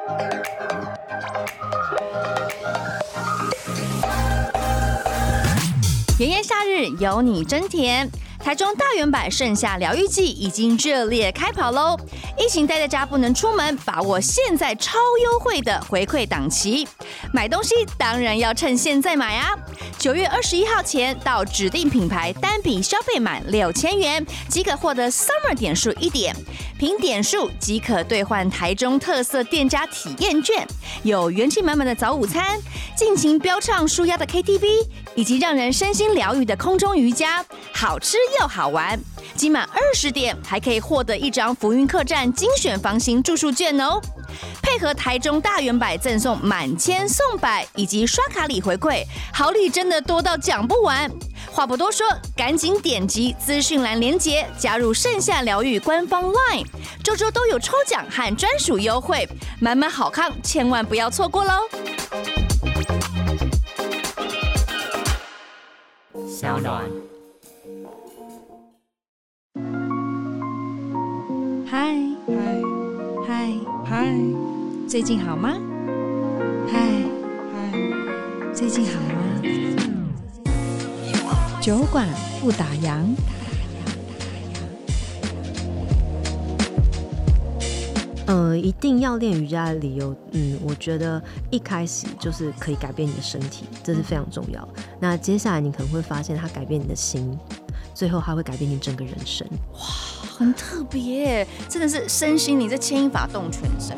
炎炎夏日有你真甜，台中大圆柏盛夏疗愈季已经热烈开跑喽！疫情待在家不能出门，把握现在超优惠的回馈档期，买东西当然要趁现在买啊！9月21号前到指定品牌单笔消费满6000元，即可获得 Summer 点数1点，凭点数即可兑换台中特色店家体验券，有元气满满的早午餐，尽情飙唱舒压的 KTV， 以及让人身心疗愈的空中瑜伽，好吃又好玩。积满20点还可以获得1张福运客栈精选房型住宿券哦。配合台中大圆柏赠送满千送百以及刷卡礼回馈，好礼真的多到讲不完。话不多说，赶紧点击资讯栏连结，加入盛夏疗愈官方 LINE， 周周都有抽奖和专属优惠，满满好康，千万不要错过喽！ 小暖。 嗨嗨嗨， 嗨最近好吗？嗨嗨， 最近好吗？酒馆不打烊。 一定要练瑜伽的理由，我觉得一开始就是可以改变你的身体，这是非常重要。那接下来你可能会发现它改变你的心，最后它会改变你整个人生。 哇，很特别，真的是身心灵这牵一发动全身。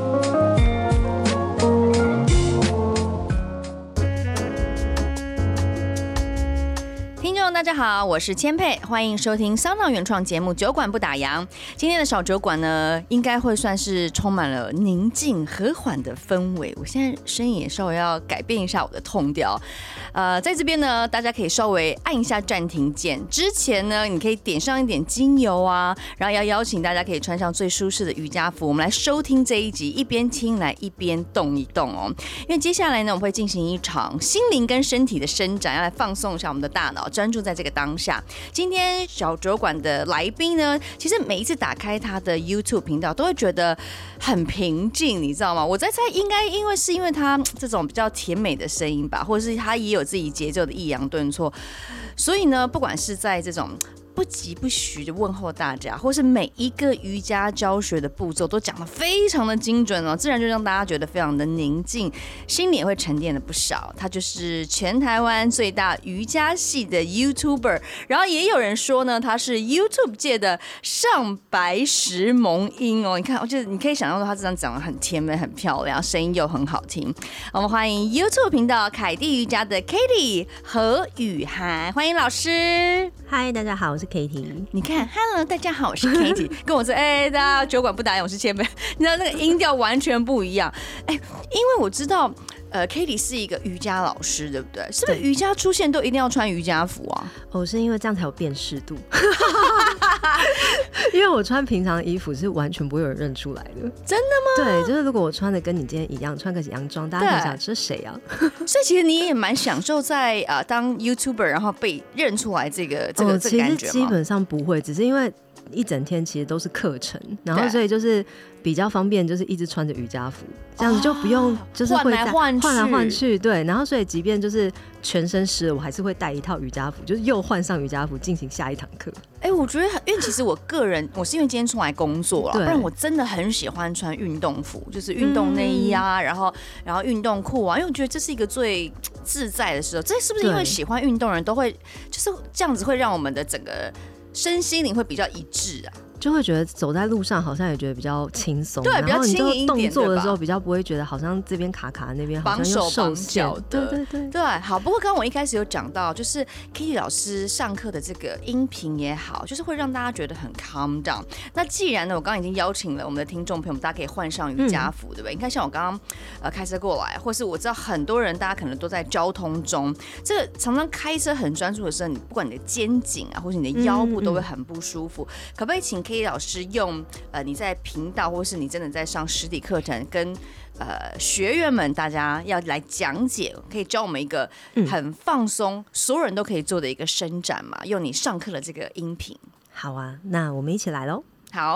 听众大家好，我是千佩，欢迎收听SoundOn原创节目《酒馆不打烊》。今天的小酒馆呢，应该会算是充满了宁静和缓的氛围。我现在声音也稍微要改变一下我的tone调，在这边呢，大家可以稍微按一下暂停键。之前呢，你可以点上一点精油啊，然后要邀请大家可以穿上最舒适的瑜伽服。我们来收听这一集，一边听来一边动一动哦。因为接下来呢，我们会进行一场心灵跟身体的伸展，要来放松一下我们的大脑，专注在这个当下。今天小酒馆的来宾呢，其实每一次打开他的 YouTube 频道，都会觉得很平静，你知道吗？我在猜，应该因为他这种比较甜美的声音吧，或者是他也有自己节奏的抑扬顿挫，所以呢，不管是在这种不疾不徐的问候大家，或是每一个瑜伽教学的步骤都讲得非常的精准哦，自然就让大家觉得非常的宁静，心里也会沉淀了不少。他就是全台湾最大瑜伽系的 YouTuber， 然后也有人说呢，他是 YouTube 界的上白石萌音哦。你看，就是你可以想象到他这张长得很甜美、很漂亮，声音又很好听。我们欢迎 YouTube 频道凯蒂瑜伽的 Katie 何雨涵，欢迎老师。 嗨，大家好，我是 Katie。 你看 ，Hello， 大家好，我是 Katie。跟我说，大家酒馆不打烊，我是千贝。你知道那个音调完全不一样。因为我知道，Katie 是一个瑜伽老师，对不对？是不是瑜伽出现都一定要穿瑜伽服啊？ 是因为这样才有辨识度。因为我穿平常的衣服是完全不会有人认出来的。 真的吗？ 对，就是如果我穿的跟你今天一样，穿个洋装，大家会想这是谁啊？ 所以其实你也蛮享受在当 YouTuber 然后被认出来这个感觉吗？ 其实基本上不会，只是因为一整天其实都是课程，然后所以就是比较方便，就是一直穿着瑜伽服，这样子就不用就是会换来换去，对。然后所以即便就是全身湿了，我还是会带一套瑜伽服，就是又换上瑜伽服进行下一堂课。 我觉得因为其实我个人我是因为今天出来工作了，不然我真的很喜欢穿运动服，就是运动内衣啊，然后运动裤啊，因为我觉得这是一个最自在的时候。这是不是因为喜欢运动的人都会就是这样子，会让我们的整个身心灵会比较一致啊？ 就会觉得走在路上好像也觉得比较轻松， 对， 然后你就动作的时候候比较不会觉得好像这边卡卡，那边好像又受限。对。 好，不过刚刚我一开始有讲到，就是 Katie 老师上课的这个音频也好，就是会让大家觉得很 calm down。那既然呢，我刚刚已经邀请了我们的听众朋友们，大家可以换上瑜伽服，对不对？你看，像我刚刚开车过来，或是我知道很多人，大家可能都在交通中，这个常常开车很专注的时候，你不管你的肩颈啊，或是你的腰部都会很不舒服。可不可以请 Katie 老师用你在频道，或是你真的在上实体课程，跟学员们大家要来讲解，可以教我们一个很放松，所有人都可以做的一个伸展嘛？用你上课的这个音频。 好啊，那我们一起来咯。 好。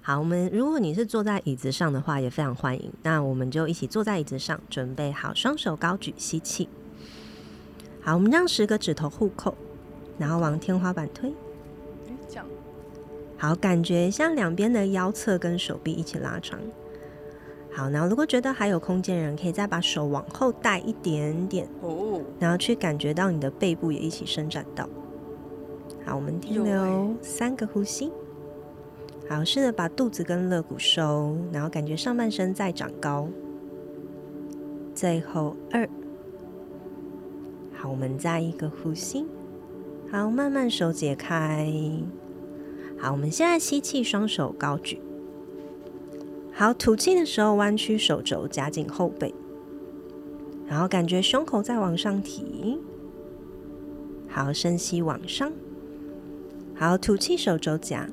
好，如果你是坐在椅子上的话也非常欢迎，那我们就一起坐在椅子上，准备好双手高举吸气。好，我们让10个指头互扣，然后往天花板推， 这样。 好，感觉像两边的腰侧跟手臂一起拉长。好，然后如果觉得还有空间的人，可以再把手往后带一点点，然后去感觉到你的背部也一起伸展到。好，我们停留3个呼吸。好，试着把肚子跟肋骨收，然后感觉上半身再长高。最后2。好，我们再1个呼吸。好，慢慢手解开。好，我们现在吸气，双手高举。好，吐气的时候弯曲手肘，夹紧后背，然后感觉胸口再往上提。好，深吸往上。好，吐气手肘夹。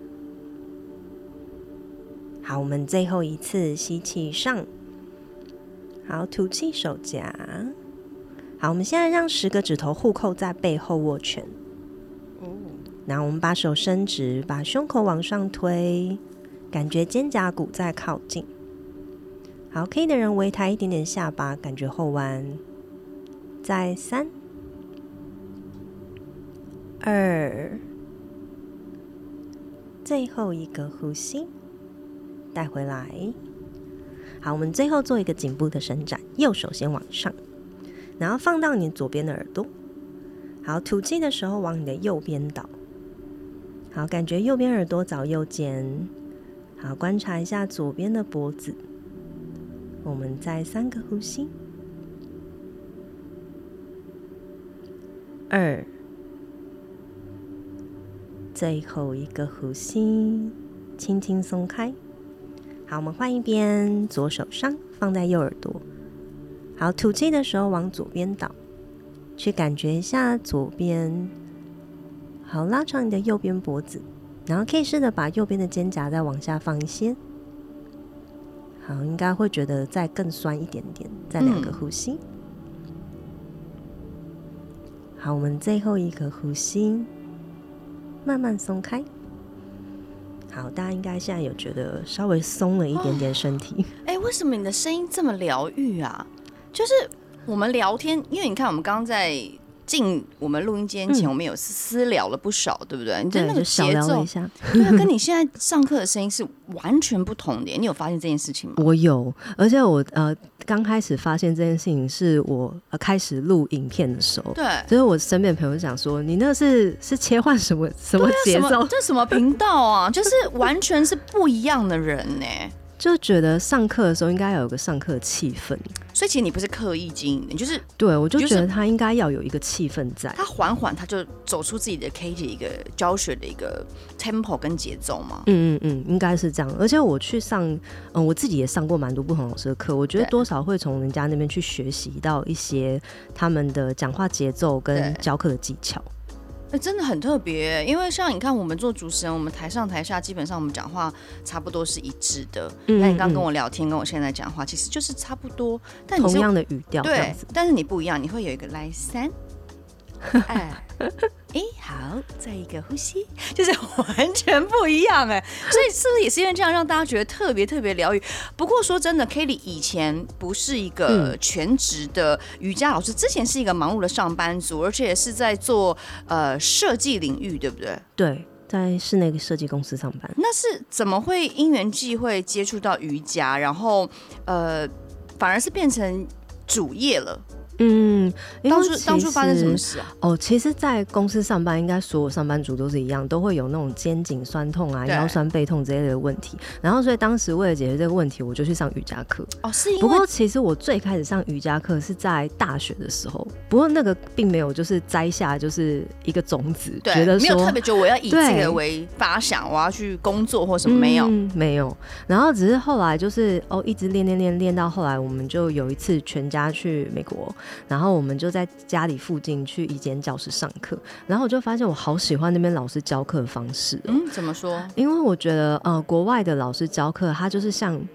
好，我们最后一次吸气上。好，吐气手夹。好，我们现在让10个指头互扣在背后握拳。然后我们把手伸直，把胸口往上推，感觉肩胛骨在靠近。好，可以的人微抬一点点下巴，感觉后弯。再3、2，最后1个呼吸，带回来。好，我们最后做一个颈部的伸展，右手先往上，然后放到你左边的耳朵。好，吐气的时候往你的右边倒。好，感觉右边耳朵找右肩。好，观察一下左边的脖子。我们再3个呼吸。2，最后1个呼吸，轻轻松开。好，我们换一边，左手上放在右耳朵。好，吐气的时候往左边倒，去感觉一下左边。好，拉长你的右边脖子，然后可以试着把右边的肩胛再往下放一些。好，应该会觉得再更酸一点点。再2个呼吸。好，我们最后1个呼吸，慢慢松开。好，大家应该现在有觉得稍微松了一点点身体。 为什么你的声音这么疗愈啊？就是我们聊天，因为你看我们刚刚在进我们录音间前，我们有私聊了不少，对不对？你那个节奏，对啊，跟你现在上课的声音是完全不同的。你有发现这件事情吗？ 我有，而且我刚开始发现这件事情是我开始录影片的时候， 对， 就是我身边的朋友讲说，你那是切换什么节奏？ 这什么频道啊？就是完全是不一样的人呢。 就觉得上课的时候应该要有个上课的气氛， 所以其实你不是刻意经营的，就是对，我就觉得他应该要有一个气氛在， 他缓缓他就走出自己的 K 的一个教学的一个 tempo 跟节奏嘛。 应该是这样。而且我去上，我自己也上过蛮多不同老师的课，我觉得多少会从人家那边去学习到一些他们的讲话节奏跟教课的技巧。 真的很特别，因为像你看我们做主持人，我们台上台下基本上我们讲话差不多是一致的。那你刚刚跟我聊天，跟我现在讲话其实就是差不多，但你同样的语调， 对，但是你不一样，你会有一个来3、2、1，好，再1个呼吸，就是完全不一样哎。所以是不是也是因为这样让大家觉得特别特别疗愈？不过说真的 Kelly 以前不是一个全职的瑜伽老师，之前是一个忙碌的上班族，而且也是在做设计领域，对不对？ 对，在室内设计公司上班。 那是怎么会因缘际会接触到瑜伽，然后反而是变成主业了？当初发生什么事啊？ 其实在公司上班，应该所有上班族都是一样，都会有那种肩颈酸痛啊、腰酸背痛之类的问题。然后所以当时为了解决这个问题，我就去上瑜伽课。 是因为不过其实我最开始上瑜伽课是在大学的时候，不过那个并没有就是摘下就是一个种子，觉得说没有特别觉得我要以这个为发想，我要去工作或什么， 没有。然后只是后来就是一直练到后来，我们就有一次全家去美国。然后我们就在家里附近去一间教室上课，然后我就发现我好喜欢那边老师教课的方式。 怎么说？ 因为我觉得国外的老师教课，他就是像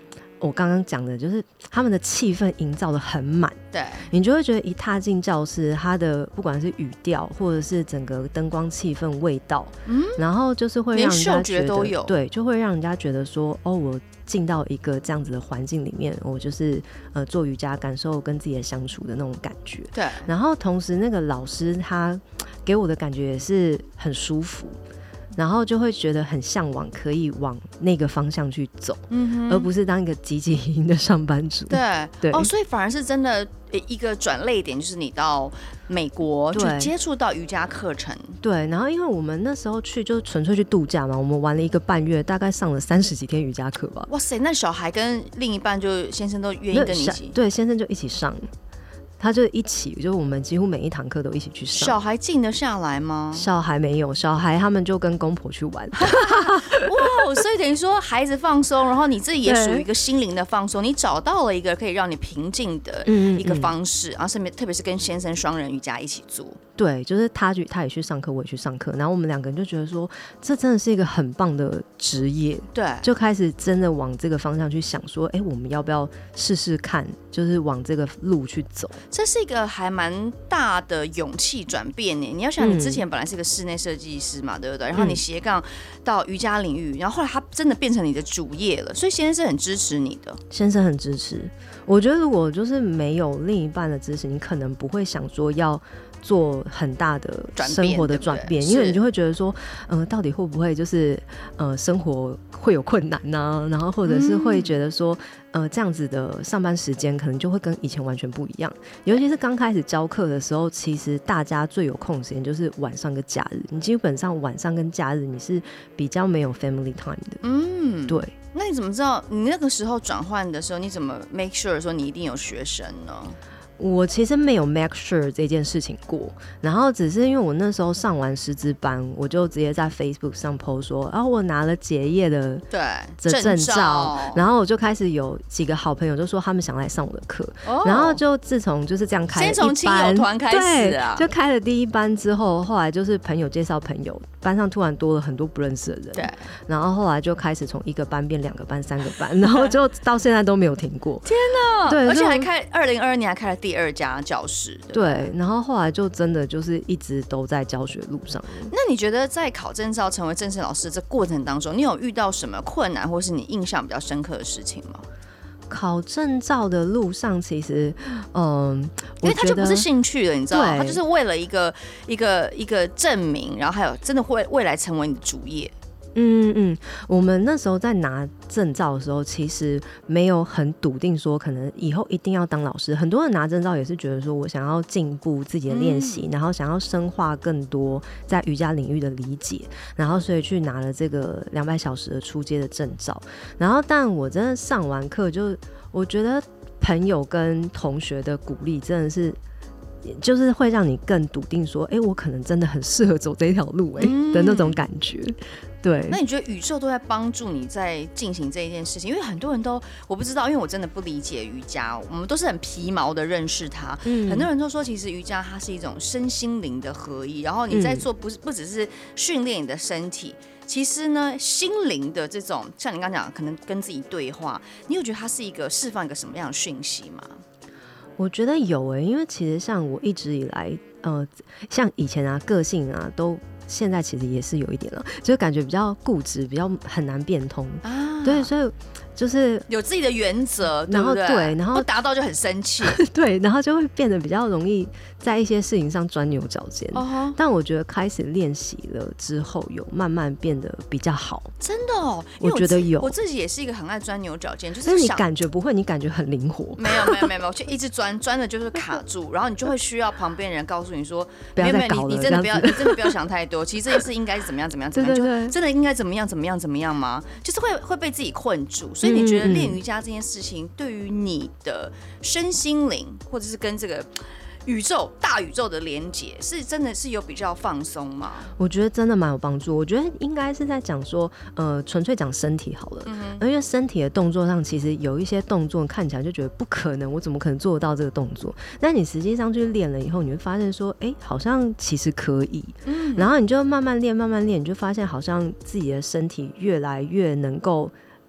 我刚刚讲的，就是他们的气氛营造的很满， 对， 你就会觉得一踏进教室，它的不管是语调或者是整个灯光、气氛、味道，然后就是会让人家觉得， 都有， 对，就会让人家觉得说，哦，我进到一个这样子的环境里面，我就是做瑜伽，感受跟自己的相处的那种感觉。 对， 然后同时那个老师他给我的感觉也是很舒服。然后就会觉得很向往，可以往那个方向去走，而不是当一个汲汲营营的上班族。 对，哦，所以反而是真的一个转捩点，就是你到美国去接触到瑜伽课程。 对，然后因为我们那时候去就纯粹去度假嘛，我们玩了1个半月，大概上了30几天瑜伽课吧。 哇塞，那小孩跟另一半就先生都愿意跟你一起？ 对，先生就一起上。他就一起，就我们几乎每一堂课都一起去上。 小孩静得下来吗？ 小孩没有，小孩他们就跟公婆去玩。 哇，所以等于说孩子放松，然后你自己也属于一个心灵的放松，你找到了一个可以让你平静的一个方式，然后特别是跟先生双人瑜伽一起做。 对，就是他也去上课，我也去上课，然后我们2个人就觉得说，这真的是一个很棒的职业。 对， 就开始真的往这个方向去想说，我们要不要试试看，就是往这个路去走。 这是一个还蛮大的勇气转变呢。你要想，你之前本来是个室内设计师嘛，对不对？然后你斜杠到瑜伽领域，然后后来它真的变成你的主业了，所以先生是很支持你的。 先生很支持。我觉得如果就是没有另一半的支持，你可能不会想说要做很大的生活的转变，因为你就会觉得说，到底会不会就是生活会有困难啊？然后或者是会觉得说，这样子的上班时间可能就会跟以前完全不一样。尤其是刚开始教课的时候，其实大家最有空的时间就是晚上跟假日，你基本上晚上跟假日你是比较没有 family time 的。对。 那你怎么知道你那个时候转换的时候，你怎么 make sure 说你一定有学生呢？ 我其实没有 make sure 这件事情过，然后只是因为我那时候上完师资班，我就直接在 Facebook 上 po 说，我拿了结业的证照，然后我就开始有几个好朋友就说他们想来上我的课，然后就自从就是这样开了一班， 先从亲友团开始啊， 对，就开了第一班之后，后来就是朋友介绍朋友，班上突然多了很多不认识的人， 对， 然后后来就开始从1个班变2个班、3个班，然后就到现在都没有停过。 天哪！ 对， 而且还开2022年还开了第2家教室。 对，然后后来就真的就是一直都在教学路上。 那你觉得在考证照成为正式老师这过程当中，你有遇到什么困难，或是你印象比较深刻的事情吗？ 考证照的路上，其实， 因为它就不是兴趣了，你知道吗？它就是为了一个证明，然后还有真的会未来成为你的主业。 我们那时候在拿证照的时候，其实没有很笃定说可能以后一定要当老师。很多人拿证照也是觉得说我想要进步自己的练习，然后想要深化更多在瑜伽领域的理解，然后所以去拿了这个200小时的初阶的证照。然后但我真的上完课，就我觉得朋友跟同学的鼓励真的是就是会让你更笃定说，我可能真的很适合走这条路的那种感觉。对， 那你觉得宇宙都在帮助你在进行这一件事情？因为很多人都我不知道，因为我真的不理解瑜伽，我们都是很皮毛的认识它。很多人都说，其实瑜伽它是一种身心灵的合一，然后你在做不只是训练你的身体，其实呢，心灵的这种像你刚刚讲，可能跟自己对话，你有觉得它是一个释放一个什么样的讯息吗？ 我觉得有因为其实像我一直以来，像以前啊，个性啊，都现在其实也是有一点了，就感觉比较固执，比较很难变通啊。对，所以就是有自己的原则， 然后对， 然后不达到就很生气， 对，然后就会变得比较容易在一些事情上钻牛角尖。但我觉得开始练习了之后，有慢慢变得比较好。 真的哦， 我觉得有。 我自己也是一个很爱钻牛角尖，就是但是你感觉不会，你感觉很灵活。 没有，就一直钻的就是卡住，然后你就会需要旁边人告诉你说， 不要再搞了， 你真的不要想太多。其实这件事应该是怎么样，就真的应该怎么样吗？就是会被自己困住。所以你觉得练瑜伽这件事情对于你的身心灵，或者是跟这个大宇宙的连结，是真的是有比较放松吗？ 我觉得真的蛮有帮助。我觉得应该是在讲说，纯粹讲身体好了，因为身体的动作上，其实有一些动作看起来就觉得不可能，我怎么可能做得到这个动作？但你实际上去练了以后，你会发现说，好像其实可以。然后你就慢慢练，你就发现好像自己的身体越来越能够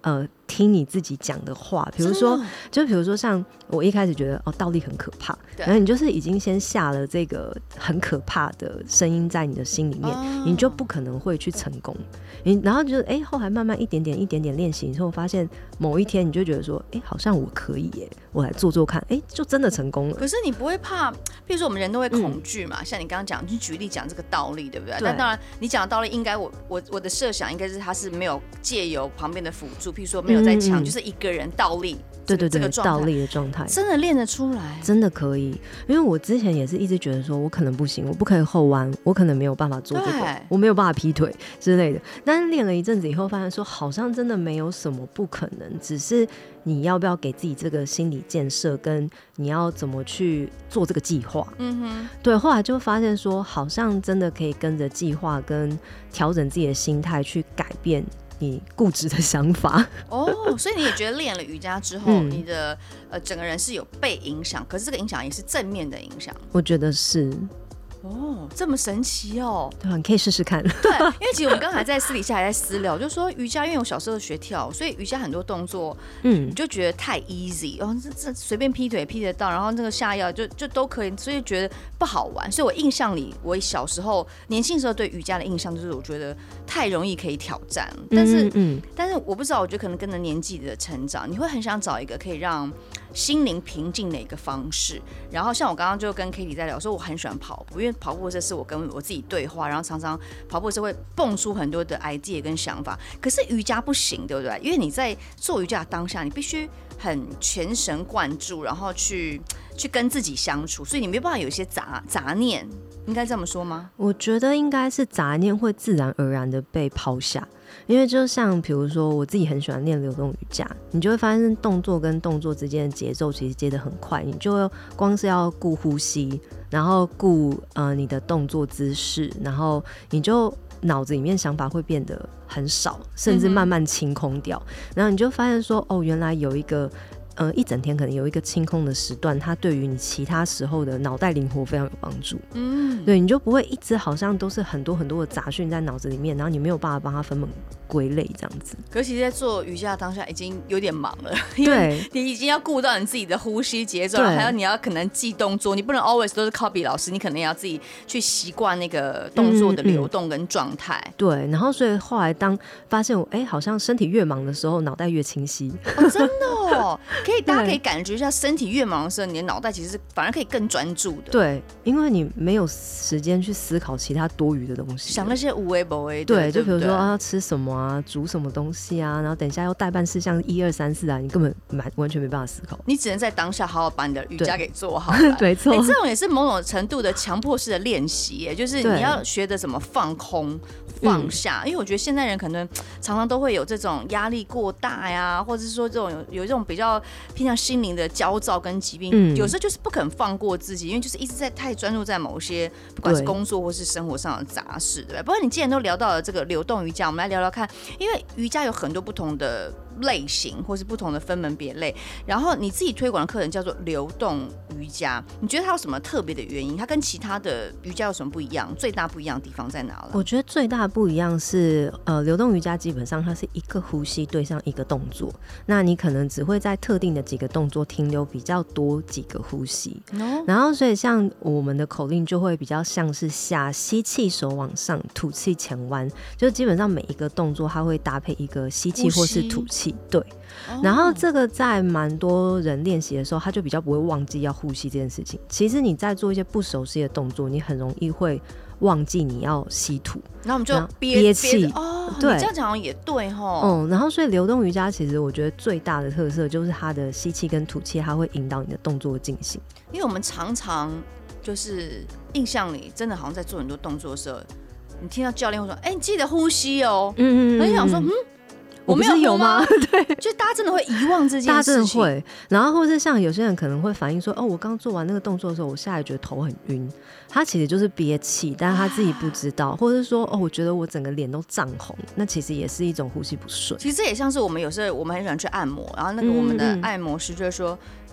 听你自己讲的话，比如说像我一开始觉得倒立很可怕，然后你就是已经先下了这个很可怕的声音在你的心里面，你就不可能会去成功。然后就后来慢慢一点点练习之后，发现某一天你就觉得说好像我可以耶，我来做看，就真的成功了。 可是你不会怕，比如说我们人都会恐惧嘛，像你刚刚讲，你举例讲这个倒立，对不对？但当然你讲的倒立应该我的设想应该是它是没有借由旁边的辅助，譬如说没有在墙，就是一个人倒立。 对，这个倒立的状态真的练得出来， 真的可以。因为我之前也是一直觉得说我可能不行，我不可以后弯，我可能没有办法做这个，我没有办法劈腿之类的。但是练了一阵子以后，发现说好像真的没有什么不可能，只是你要不要给自己这个心理建设，跟你要怎么去做这个计划。对，后来就发现说好像真的可以跟着计划跟调整自己的心态去改变你固执的想法。 所以你也觉得练了瑜伽之后，你的整个人是有被影响，可是这个影响也是正面的影响。 我觉得是。 这么神奇哦！ 对，你可以试试看。 对，因为其实我们刚才在私底下还在私聊，就说瑜伽，因为我小时候学跳，所以瑜伽很多动作，你就觉得太 easy， 这随便劈腿劈得到，然后那个下腰就都可以，所以觉得不好玩。所以我印象里，我小时候年轻时候对瑜伽的印象就是，我觉得太容易可以挑战。但是我不知道，我觉得可能跟着年纪的成长，你会很想找一个可以让心灵平静的一个方式。然后像我刚刚就跟 Katie 在聊，说我很喜欢跑步，因为跑步这是我跟我自己对话，然后常常跑步是会蹦出很多的 idea 跟想法。可是瑜伽不行，对不对？因为你在做瑜伽的当下，你必须很全神贯注，然后去跟自己相处，所以你没办法有一些杂念，应该这么说吗？ 我觉得应该是杂念会自然而然的被抛下。因为就像比如说我自己很喜欢练流动瑜伽，你就会发现动作跟动作之间的节奏其实接得很快，你就光是要顾呼吸，然后顾你的动作姿势，然后你就脑子里面想法会变得很少，甚至慢慢清空掉，然后你就发现说原来有一个一整天可能有一个清空的时段，它对于你其他时候的脑袋灵活非常有帮助。对，你就不会一直好像都是很多很多的杂讯在脑子里面，然后你没有办法帮它分门归类这样子。 可是其实在做瑜伽当下已经有点忙了，因为你已经要顾到你自己的呼吸节奏，还有你要可能记动作，你不能 always 都是 copy 老师，你可能也要自己去习惯那个动作的流动跟状态。 对，然后所以后来当发现好像身体越忙的时候，脑袋越清晰。 真的哦。大家可以感觉一下，身体越忙的时候，你的脑袋其实反而可以更专注的。 对，因为你没有时间去思考其他多余的东西， 想那些无为不为。 对，就比如说要吃什么啊，煮什么东西啊，然后等一下要代办事项1、2、3、4啊，你根本完全没办法思考。 你只能在当下好好把你的瑜伽给做好。 没错， 这种也是某种程度的强迫式的练习耶，就是你要学的怎么放空。放下，因为我觉得现代人可能常常都会有这种压力过大呀，或者是说这种有这种比较偏向心灵的焦躁跟疾病，有时候就是不肯放过自己，因为就是一直在太专注在某些不管是工作或是生活上的杂事，对吧？不过你既然都聊到了这个流动瑜伽，我们来聊聊看，因为瑜伽有很多不同的类型或是不同的分门别类，然后你自己推广的课程叫做流动瑜伽，你觉得它有什么特别的原因？它跟其他的瑜伽有什么不一样？最大不一样的地方在哪了？ 我觉得最大不一样是流动瑜伽基本上它是一个呼吸对上一个动作，那你可能只会在特定的几个动作停留比较多几个呼吸，然后所以像我们的口令就会比较像是下吸气手往上，吐气前弯，就基本上每一个动作它会搭配一个吸气或是吐气。对，然后这个在蛮多人练习的时候，他就比较不会忘记要呼吸这件事情。其实你在做一些不熟悉的动作，你很容易会忘记你要吸吐， 然后我们就憋气。 对， 你这样讲好像也对齁。 然后所以流动瑜伽其实我觉得最大的特色就是它的吸气跟吐气，它会引导你的动作进行。 因为我们常常就是印象里真的好像在做很多动作的时候，你听到教练会说：“你记得呼吸哦。”然后你想说：“我没有吗？”对，就大家真的会遗忘这件事情，大家真的会。 然后或是像有些人可能会反映说：“我刚做完那个动作的时候，我下来觉得头很晕。”他其实就是憋气，但是他自己不知道，或者是说我觉得我整个脸都涨红，那其实也是一种呼吸不顺。 其实这也像是我们有时候我们很喜欢去按摩，然后那个我们的按摩师就会说。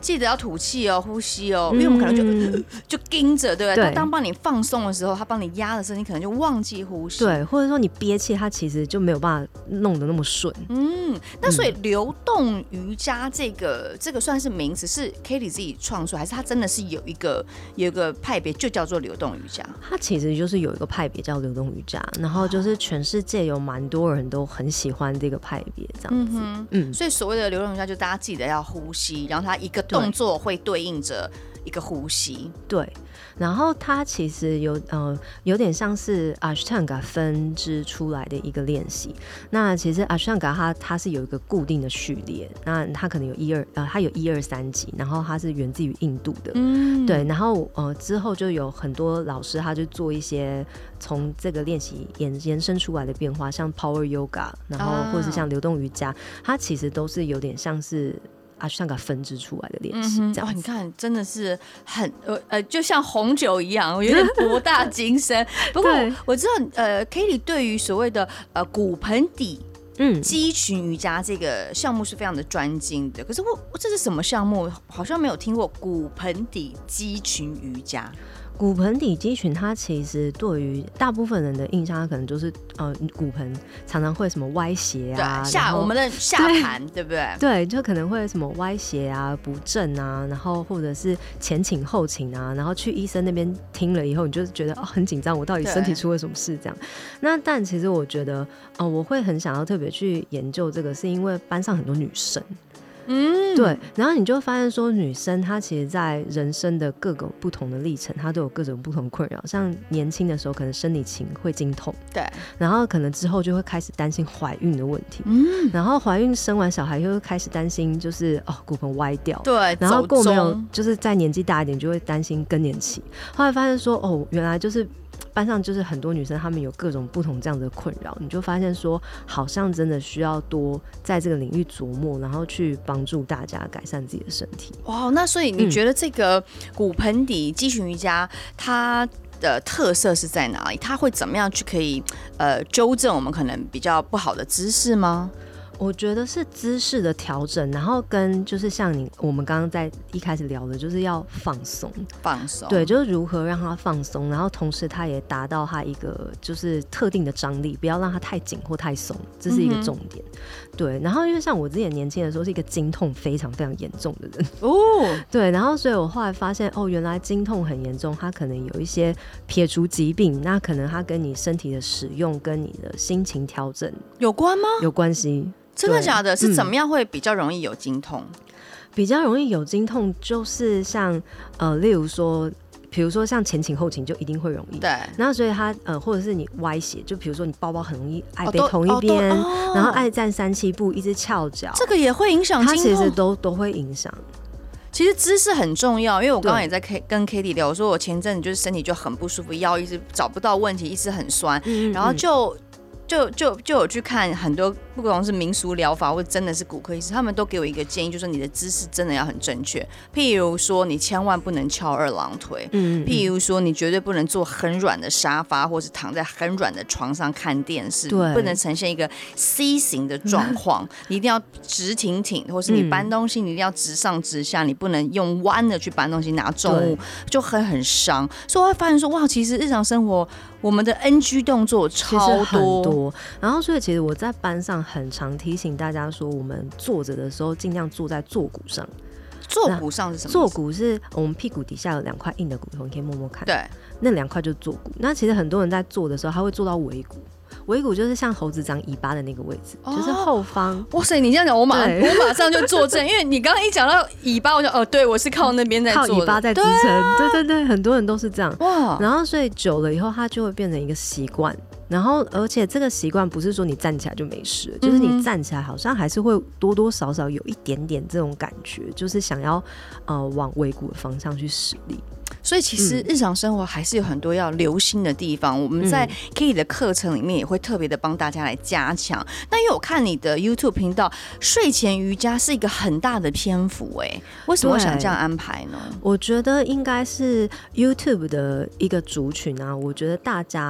记得要吐气哦，呼吸哦，因为我们可能就盯着，对不对？他当帮你放松的时候，他帮你压的时候，你可能就忘记呼吸。 对，或者说你憋气，他其实就没有办法弄得那么顺。 那所以流动瑜伽这个算是名词，是 Katie 自己创出，还是它真的是有一个派别就叫做流动瑜伽？ 它其实就是有一个派别叫流动瑜伽，然后就是全世界有蛮多人都很喜欢这个派别这样子。 所以所谓的流动瑜伽，就大家记得要呼吸，然后它一个动作会对应着一个呼吸。 对，然后它其实有点像是 Ashtanga 分支出来的一个练习。那其实 Ashtanga 它是有一个固定的序列，那它可能有它有1、2、3级，然后它是源自于印度的。对，然后之后就有很多老师他就做一些从这个练习延伸出来的变化，像 Power Yoga， 然后或者是像流动瑜伽，它其实都是有点像是Ashtanga 分支出来的练习，这样子。 你看，真的是很就像红酒一样，有点博大精深。不过我知道Katie 对于所谓的骨盆底肌群瑜伽这个项目是非常的专精的。可是这是什么项目？好像没有听过骨盆底肌群瑜伽。 骨盆底肌群，它其实对于大部分人的印象，它可能就是骨盆常常会什么歪斜啊， 我们的下盘，对不对？ 对，就可能会什么歪斜啊、不正啊，然后或者是前倾后倾啊，然后去医生那边听了以后，你就觉得很紧张，我到底身体出了什么事这样？那但其实我觉得我会很想要特别去研究这个，是因为班上很多女生。对，然后你就发现说，女生她其实在人生的各个不同的历程，她都有各种不同的困扰。像年轻的时候，可能生理期会经痛， 对， 然后可能之后就会开始担心怀孕的问题，然后怀孕生完小孩又会开始担心就是骨盆歪掉， 对， 然后过没有就是在年纪大一点就会担心更年期。后来发现说，原来就是班上就是很多女生她们有各种不同这样的困扰，你就发现说好像真的需要多在这个领域琢磨，然后去帮助大家改善自己的身体。 哇，那所以你觉得这个骨盆底肌群瑜伽它的特色是在哪里？它会怎么样去可以纠正我们可能比较不好的姿势吗？ 我觉得是姿势的调整，然后跟就是像我们刚刚在一开始聊的，就是要放松，对，就是如何让它放松，然后同时它也达到它一个就是特定的张力，不要让它太紧或太松，这是一个重点。对，然后因为像我之前年轻的时候是一个经痛非常非常严重的人对，然后所以我后来发现原来经痛很严重，它可能有一些撇除疾病，那可能它跟你身体的使用跟你的心情调整有关吗？ 有关系。 真的假的？是怎么样会比较容易有经痛？ 比较容易有经痛就是像例如说比如说像前倾后倾就一定会容易， 对， 然后所以它或者是你歪斜，就比如说你包包很容易爱背同一边，然后爱站3、7步，一直翘脚， 这个也会影响经痛， 它其实都会影响。 其实姿势很重要，因为我刚刚也在跟 Katie 聊，我说我前阵子就是身体就很不舒服，腰一直找不到问题，一直很酸，然后就有去看很多，不管是民俗疗法或者真的是骨科医师，他们都给我一个建议，就是你的姿势真的要很正确。譬如说，你千万不能翘二郎腿，譬如说，你绝对不能坐很软的沙发，或是躺在很软的床上看电视，不能呈现一个 C 型的状况，你一定要直挺挺，或是你搬东西，你一定要直上直下，你不能用弯的去搬东西，拿重物就很伤。所以我会发现说，哇，其实日常生活我们的 NG 动作超多。 然后所以其实我在班上很常提醒大家说，我们坐着的时候尽量坐在坐骨上。 坐骨上是什么意思？ 坐骨是我们屁股底下有2块硬的骨头，你可以摸摸看。 对， 那2块就是坐骨。那其实很多人在坐的时候，他会坐到尾骨。尾骨就是像猴子长尾巴的那个位置，就是后方。 哇塞，你这样讲，我马上就坐正，因为你刚刚一讲到尾巴，我就对，我是靠那边在坐的， 靠尾巴在支撑。对，很多人都是这样。哇，然后所以久了以后，它就会变成一个习惯。然后，而且这个习惯不是说你站起来就没事，就是你站起来好像还是会多多少少有一点点这种感觉，就是想要往尾骨的方向去使力。 所以其实日常生活还是有很多要留心的地方，我们在 Katie 的课程里面也会特别的帮大家来加强。那因为我看你的 YouTube 频道睡前瑜伽是一个很大的篇幅，为什么想这样安排呢？ 我觉得应该是 YouTube 的一个族群啊，我觉得大家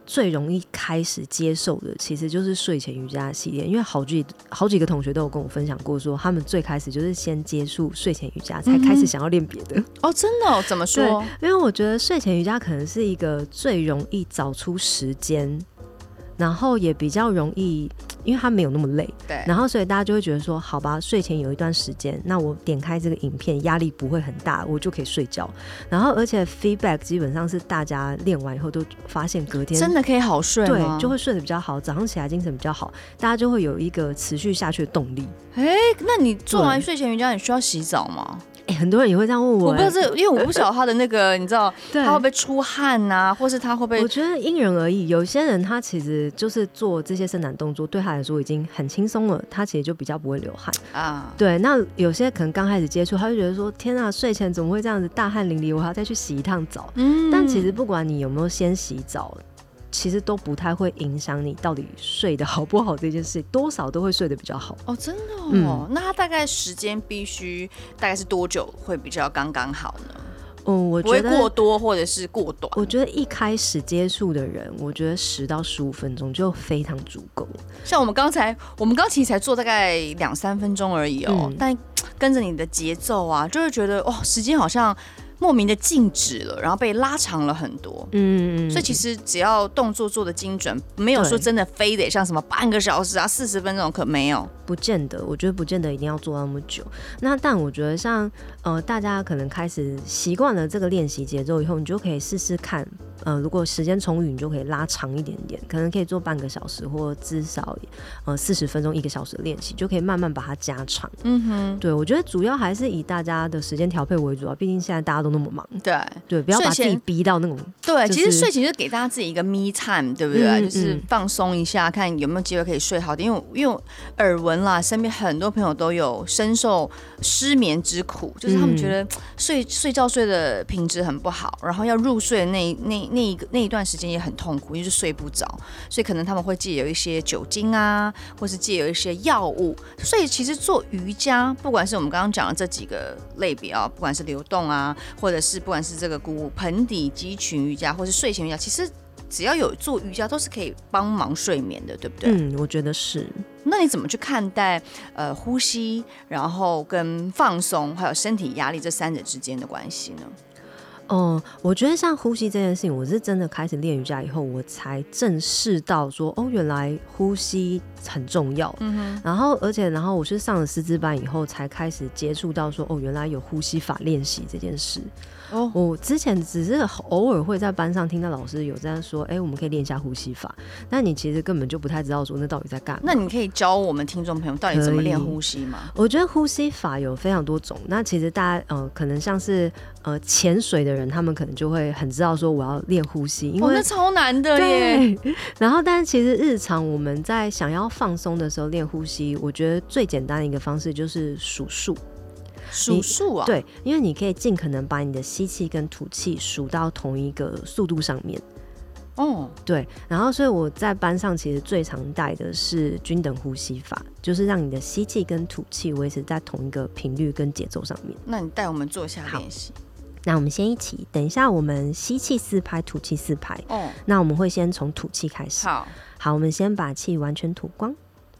最容易开始接受的其实就是睡前瑜伽系列，因为好几个同学都有跟我分享过说他们最开始就是先接触睡前瑜伽才开始想要练别的。 哦，真的哦？怎么说？ 对，因为我觉得睡前瑜伽可能是一个最容易找出时间，然后也比较容易，因为它没有那么累， 对， 然后所以大家就会觉得说，好吧，睡前有一段时间，那我点开这个影片，压力不会很大，我就可以睡觉。然后而且 feedback 基本上是大家练完以后都发现隔天真的可以好睡吗？ 对，就会睡得比较好，早上起来精神比较好，大家就会有一个持续下去的动力。 那你做完睡前瑜伽，你需要洗澡吗？ 很多人也会这样问我， 我不知道这，因为我不晓得他的那个，你知道，他会不会出汗啊，或是他会不会？ 我觉得因人而异。有些人他其实就是做这些伸展动作，对他来说已经很轻松了，他其实就比较不会流汗啊。对，那有些可能刚开始接触，他就觉得说：“天啊，睡前怎么会这样子大汗淋漓？我还要再去洗一趟澡。”但其实不管你有没有先洗澡，其实都不太会影响你到底睡得好不好这件事，多少都会睡得比较好。 哦，真的哦。那他大概时间必须大概是多久会比较刚刚好呢？ 我觉得不会过多或者是过短。 我觉得一开始接触的人，我觉得10到15分钟就非常足够。 像我们刚其实才做大概2-3分钟而已哦，但跟着你的节奏啊，就会觉得时间好像莫名的静止了，然后被拉长了很多。所以其实只要动作做的精准，没有说真的非得像什么半个小时啊、40分钟，可没有。 不见得，我觉得不见得一定要做那么久。但我觉得像大家可能开始习惯了这个练习节奏以后，你就可以试试看。如果时间充裕，你就可以拉长一点点，可能可以做半个小时，或至少40分钟、1个小时的练习，就可以慢慢把它加长。对，我觉得主要还是以大家的时间调配为主啊，毕竟现在大家都那么忙。对，不要把自己逼到那种。 对，其实睡前就是给大家自己一个 me time， 对不对？就是放松一下，看有没有机会可以睡好点。因为耳闻啦，身边很多朋友都有深受失眠之苦，就是他们觉得睡觉睡的品质很不好，然后要入睡的那一段时间也很痛苦，因为就睡不着，所以可能他们会借由一些酒精啊，或是借由一些药物。所以其实做瑜伽，不管是我们刚刚讲的这几个类别啊，不管是流动啊，或者是不管是这个骨盆底肌群瑜伽，或是睡前瑜伽，其实只要有做瑜伽都是可以帮忙睡眠的，对不对？ 我觉得是。 那你怎么去看待呼吸，然后跟放松，还有身体压力这3者之间的关系呢？ 我觉得像呼吸这件事情，我是真的开始练瑜伽以后，我才正视到说，原来呼吸很重要。然后我是上了师资班以后，才开始接触到说，原来有呼吸法练习这件事。我之前只是偶尔会在班上听到老师有这样说，我们可以练一下呼吸法，但你其实根本就不太知道说那到底在干嘛。 那你可以教我们听众朋友到底怎么练呼吸吗？ 我觉得呼吸法有非常多种，那其实大家可能像是潜水的人，他们可能就会很知道说我要练呼吸，因为那超难的耶。 然后但是其实日常我们在想要放松的时候练呼吸，我觉得最简单的一个方式就是数数。 数数啊？ 对，因为你可以尽可能把你的吸气跟吐气数到同一个速度上面。对，然后所以我在班上其实最常带的是均等呼吸法，就是让你的吸气跟吐气维持在同一个频率跟节奏上面。 那你带我们做一下练习。 那我们先一起，等一下我们吸气4拍，吐气4拍。那我们会先从吐气开始。好，我们先把气完全吐光。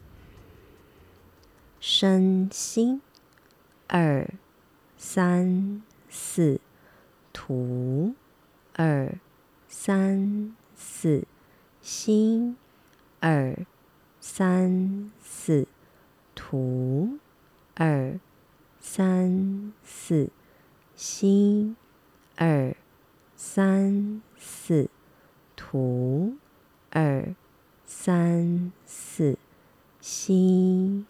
深吸，2、3、4，吐，2、3、4，吸，2、3、4，吐，2、3、4，吸，2、3、4，吐，2、3、4，吸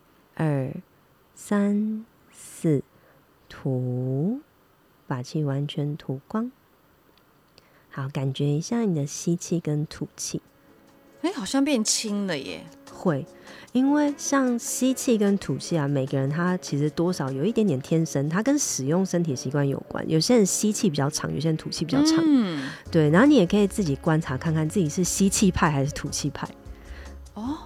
，2、3、4，吐，把气完全吐光。好，感觉一下你的吸气跟吐气。 好像变轻了耶。 会，因为像吸气跟吐气啊，每个人他其实多少有一点点天生，他跟使用身体习惯有关。有些人吸气比较长，有些人吐气比较长。对，然后你也可以自己观察看看自己是吸气派还是吐气派。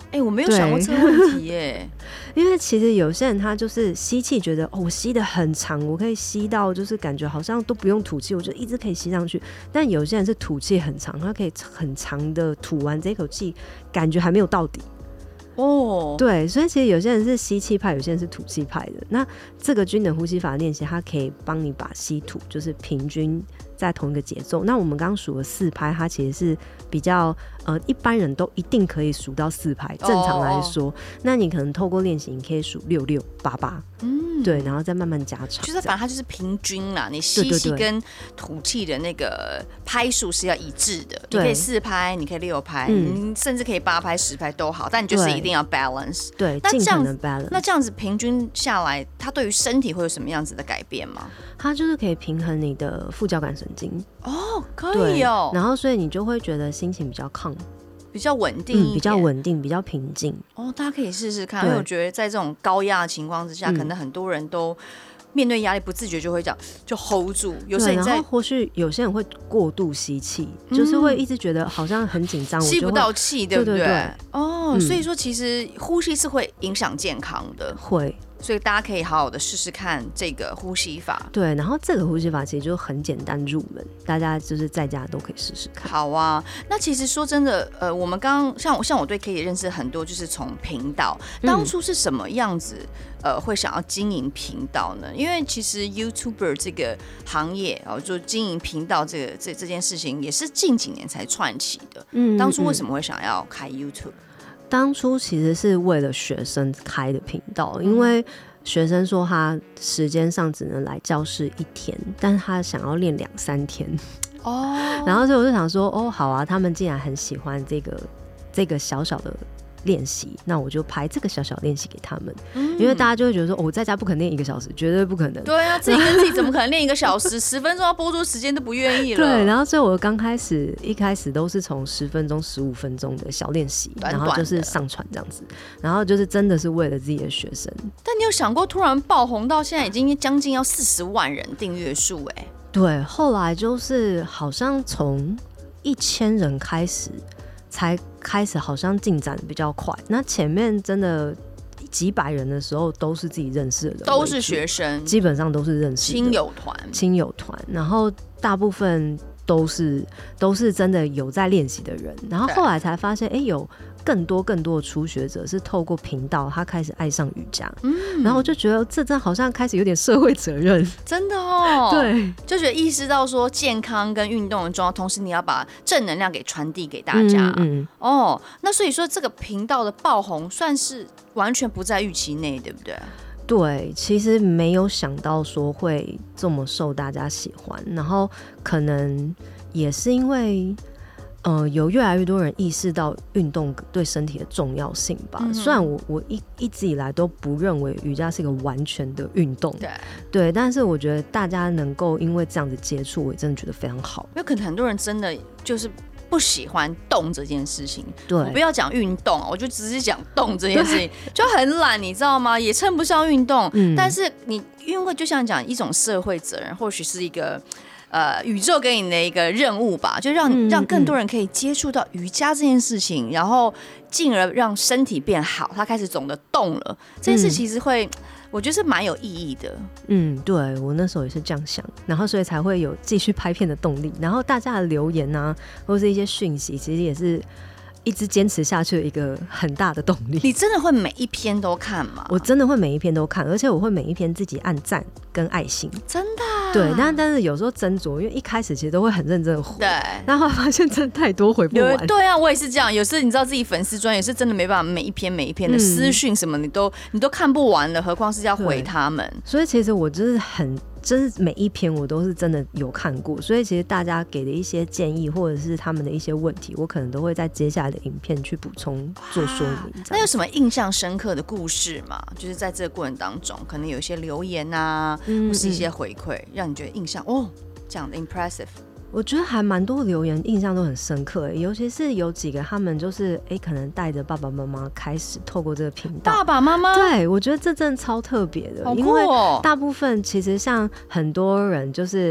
我没有想过这个问题耶。 因为其实有些人他就是吸气觉得我吸得很长，我可以吸到就是感觉好像都不用吐气，我就一直可以吸上去。但有些人是吐气很长，他可以很长的吐完这口气，感觉还没有到底。对，所以其实有些人是吸气派，有些人是吐气派的。那这个均等呼吸法练习，它可以帮你把吸吐就是平均在同一个节奏。那我们刚刚数了4拍，它其实是比较一般人都一定可以数到4拍。正常来说，那你可能透过练习，你可以数6、6、8、8，对，然后再慢慢加长。 就是反正它就是平均啦，你吸气跟吐气的那个拍数是要一致的。你可以4拍，你可以6拍，你甚至可以8拍、10拍都好，但你就是一定要 balance。 对，尽可能 balance。 那这样子平均下来，它对于身体会有什么样子的改变吗？ 它就是可以平衡你的副交感神经。 可以哦。 然后所以你就会觉得心情比较calm， 比较稳定一点， 比较稳定，比较平静。 大家可以试试看，因为我觉得在这种高压的情况之下，可能很多人都面对压力不自觉就会这样就 hold 住。有时候你在， 然后或许有些人会过度吸气，就是会一直觉得好像很紧张， 吸不到气，对不对？ 对， 所以说其实呼吸是会影响健康的， 会。 所以大家可以好好的试试看这个呼吸法。 对，然后这个呼吸法其实就很简单入门，大家就是在家都可以试试看。 好啊，那其实说真的，我们刚刚像我对 K 也认识很多，就是从频道，当初是什么样子？会想要经营频道呢？因为其实 YouTuber 这个行业就经营频道这件事情，也是近几年才串起的。当初为什么会想要开 YouTube？ 当初其实是为了学生开的频道，因为学生说他时间上只能来教室1天，但是他想要练2、3天。然后所以我就想说，好啊，他们既然很喜欢这个小小的练习，那我就拍这个小小练习给他们。因为大家就会觉得说，我在家不可能练1个小时，绝对不可能。 对啊，自己跟自己怎么可能练1个小时？10分钟要播出时间都不愿意了。 对，然后所以我一开始都是从10分钟、15分钟的小练习，然后就是上传这样子，然后就是真的是为了自己的学生。 但你有想过，突然爆红到现在已经将近要40万人订阅数哎？ 对，后来就是好像从1000人开始。才开始好像进展比较快，那前面真的几百人的时候都是自己认识的人， 都是学生， 基本上都是认识的亲友团，然后大部分都是真的有在练习的人，然后后来才发现有更多的初学者是透过频道他开始爱上瑜伽，然后我就觉得这真好像开始有点社会责任， 真的对， 就觉得意识到说健康跟运动的重要，同时你要把正能量给传递给大家。那所以说这个频道的爆红算是完全不在预期内，对不对？ 对，其实没有想到说会这么受大家喜欢，然后可能也是因为有越来越多人意识到运动对身体的重要性吧。虽然我一直以来都不认为瑜伽是一个完全的运动，对，但是我觉得大家能够因为这样子接触，我也真的觉得非常好。 因为可能很多人真的就是不喜欢动这件事情， 对， 我不要讲运动，我就只是讲动这件事情，就很懒，你知道吗？也称不上运动，但是你因为就像讲一种社会责任，或许是一个宇宙给你的一个任务吧，就让更多人可以接触到瑜伽这件事情，然后进而让身体变好，他开始懂得动了，这件事其实会。我觉得是蛮有意义的。 对，我那时候也是这样想，然后所以才会有继续拍片的动力，然后大家的留言啊或是一些讯息，其实也是一直坚持下去的一个很大的动力。 你真的会每一篇都看吗？ 我真的会每一篇都看，而且我会每一篇自己按赞跟爱心。 真的对，但是有时候斟酌，因为一开始其实都会很认真的回， 对， 然后发现真的太多回不完。 对啊，我也是这样。有时候你知道自己粉丝专页是真的没办法每一篇的私讯什么你都看不完了，何况是要回他们。 所以其实我就是每一篇我都是真的有看过，所以其实大家给的一些建议或者是他们的一些问题，我可能都会在接下来的影片去补充做说明。 那有什么印象深刻的故事吗？就是在这个过程当中，可能有一些留言啊，或是一些回馈，让你觉得印象这样的 impressive。 我觉得还蛮多留言印象都很深刻，尤其是有几个他们就是可能带着爸爸妈妈开始透过这个频道。 爸爸妈妈？ 对，我觉得这真的超特别的，因为大部分其实像很多人就是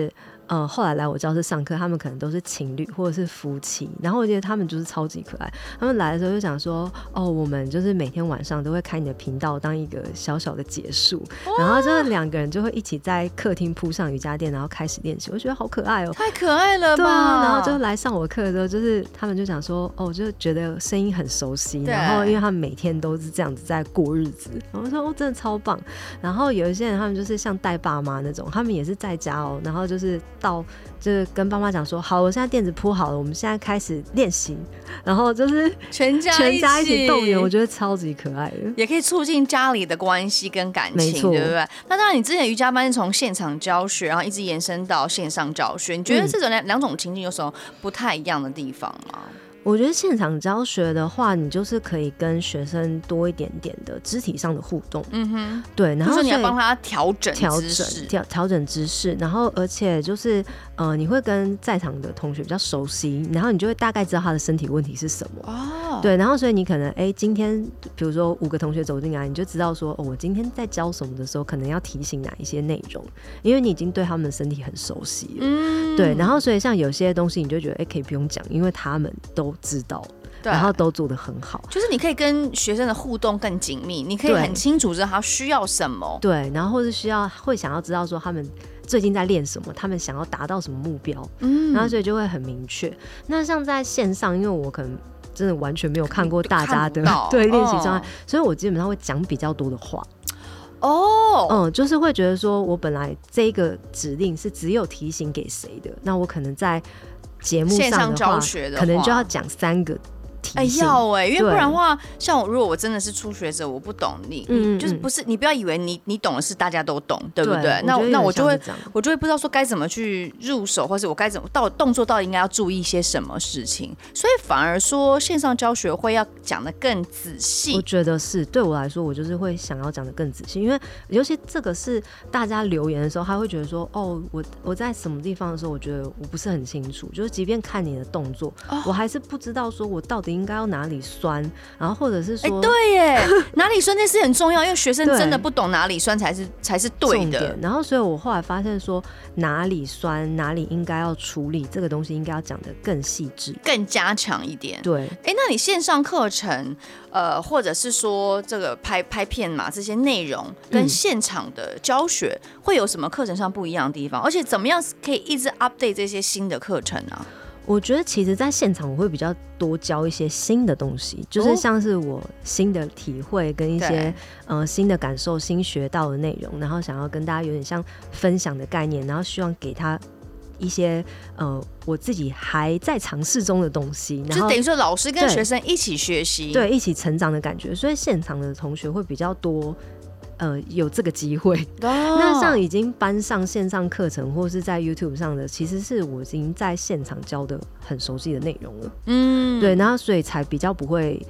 后来来我教室上课，他们可能都是情侣或者是夫妻，然后我觉得他们就是超级可爱。他们来的时候就讲说，我们就是每天晚上都会开你的频道当一个小小的结束，然后就是2个人就会一起在客厅铺上瑜伽垫，然后开始练习。我觉得好可爱太可爱了吧。 对啊，然后就来上我课的时候，就是他们就讲说，就觉得声音很熟悉，然后因为他们每天都是这样子在过日子，然后说真的超棒。然后有一些人他们就是像带爸妈那种，他们也是在家然后就是就是跟爸妈讲说，好，我现在垫子铺好了，我们现在开始练习，然后就是全家一起动员，我觉得超级可爱的， 也可以促进家里的关系跟感情，对不对？那当然，你之前瑜伽班是从现场教学，然后一直延伸到线上教学，你觉得这种两种情境有什么不太一样的地方吗？ 我觉得现场教学的话，你就是可以跟学生多一点点的肢体上的互动，对，然后你要帮他调整姿势，然后而且就是你会跟在场的同学比较熟悉，然后你就会大概知道他的身体问题是什么，对，然后所以你可能今天比如说5个同学走进来，你就知道说我今天在教什么的时候，可能要提醒哪一些内容，因为你已经对他们的身体很熟悉了，对，然后所以像有些东西你就觉得可以不用讲，因为他们都知道，然后都做得很好， 就是你可以跟学生的互动更紧密，你可以很清楚知道他需要什么， 对，然后或是会想要知道说他们最近在练什么，他们想要达到什么目标，然后所以就会很明确。那像在线上，因为我可能真的完全没有看过大家的对练习状态，所以我基本上会讲比较多的话。就是会觉得说我本来这个指令是只有提醒给谁的，那我可能在节目上的话可能就要讲3个因为不然的话，像如果我真的是初学者，我不懂你就是不是你不要以为你懂的是大家都懂，对不对？那我就会不知道说该怎么去入手，或是我该怎么动作到底应该要注意一些什么事情，所以反而说线上教学会要讲得更仔细。 我觉得是对我来说，我就是会想要讲得更仔细，因为尤其这个是大家留言的时候，他会觉得说我在什么地方的时候，我觉得我不是很清楚，就是即便看你的动作，我还是不知道说我到底应该要哪里酸，然后或者是说对耶哪里酸这是很重要，因为学生真的不懂哪里酸才是对的。 然后所以我后来发现说哪里酸哪里应该要处理，这个东西应该要讲得更细致更加强一点。 对， 那你线上课程或者是说这个拍片嘛，这些内容跟现场的教学会有什么课程上不一样的地方，而且怎么样可以一直 update 这些新的课程啊？ 我觉得其实在现场我会比较多教一些新的东西，就是像是我新的体会跟一些新的感受新学到的内容，然后想要跟大家有点像分享的概念，然后希望给他一些我自己还在尝试中的东西，然后就等于说老师跟学生一起学习， 对，一起成长的感觉，所以现场的同学会比较多有这个机会。那像已经搬上线上课程或是在 YouTube 上的，其实是我已经在现场教的很熟悉的内容了。对，然后所以才比较不会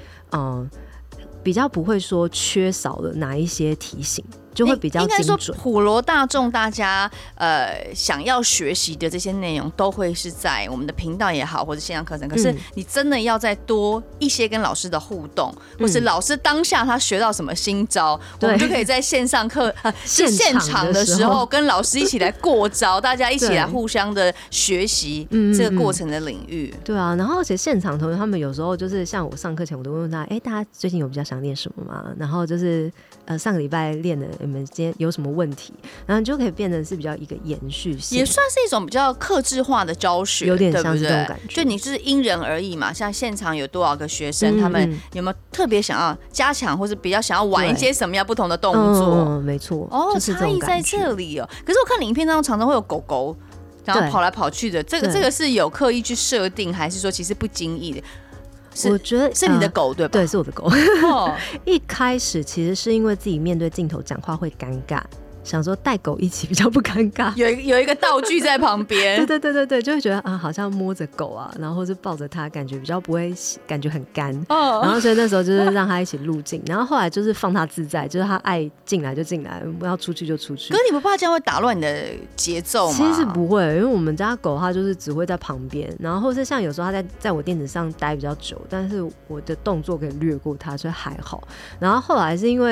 说缺少了哪一些提醒，就会比较精准。应该说普罗大众大家想要学习的这些内容都会是在我们的频道也好或者线上课程，可是你真的要再多一些跟老师的互动，或是老师当下他学到什么新招，我们就可以在线上课现场的时候跟老师一起来过招，大家一起来互相的学习这个过程的领域。 对啊，然后而且现场同学他们有时候就是像我上课前我都问他，大家最近有比较想练什么吗？然后就是上个礼拜练的你们今天有什么问题，然后你就可以变成是比较一个延续性， 也算是一种比较客制化的教学， 有点像是这种感觉。 就你就是因人而异嘛，像现场有多少个学生，他们有没有特别想要加强，或是比较想要玩一些什么样不同的动作？ 没错， 差异在这里哦。可是我看你影片当中常常会有狗狗，然后跑来跑去的，这个是有刻意去设定，还是说其实不经意的？ 我觉得是你的狗对吧？ 对，是我的狗。一开始其实是因为自己面对镜头讲话会尴尬，想说带狗一起比较不尴尬， 有一个道具在旁边。 对，就会觉得好像摸着狗啊，然后或是抱着它，感觉比较不会感觉很干。然后所以那时候就是让它一起入镜，然后后来就是放它自在，就是它爱进来就进来，不要出去就出去。 可是你不怕这样会打乱你的节奏吗？ 其实不会，因为我们家狗它就是只会在旁边，然后或是像有时候它在我垫子上待比较久，但是我的动作可以略过它，所以还好。然后后来是因为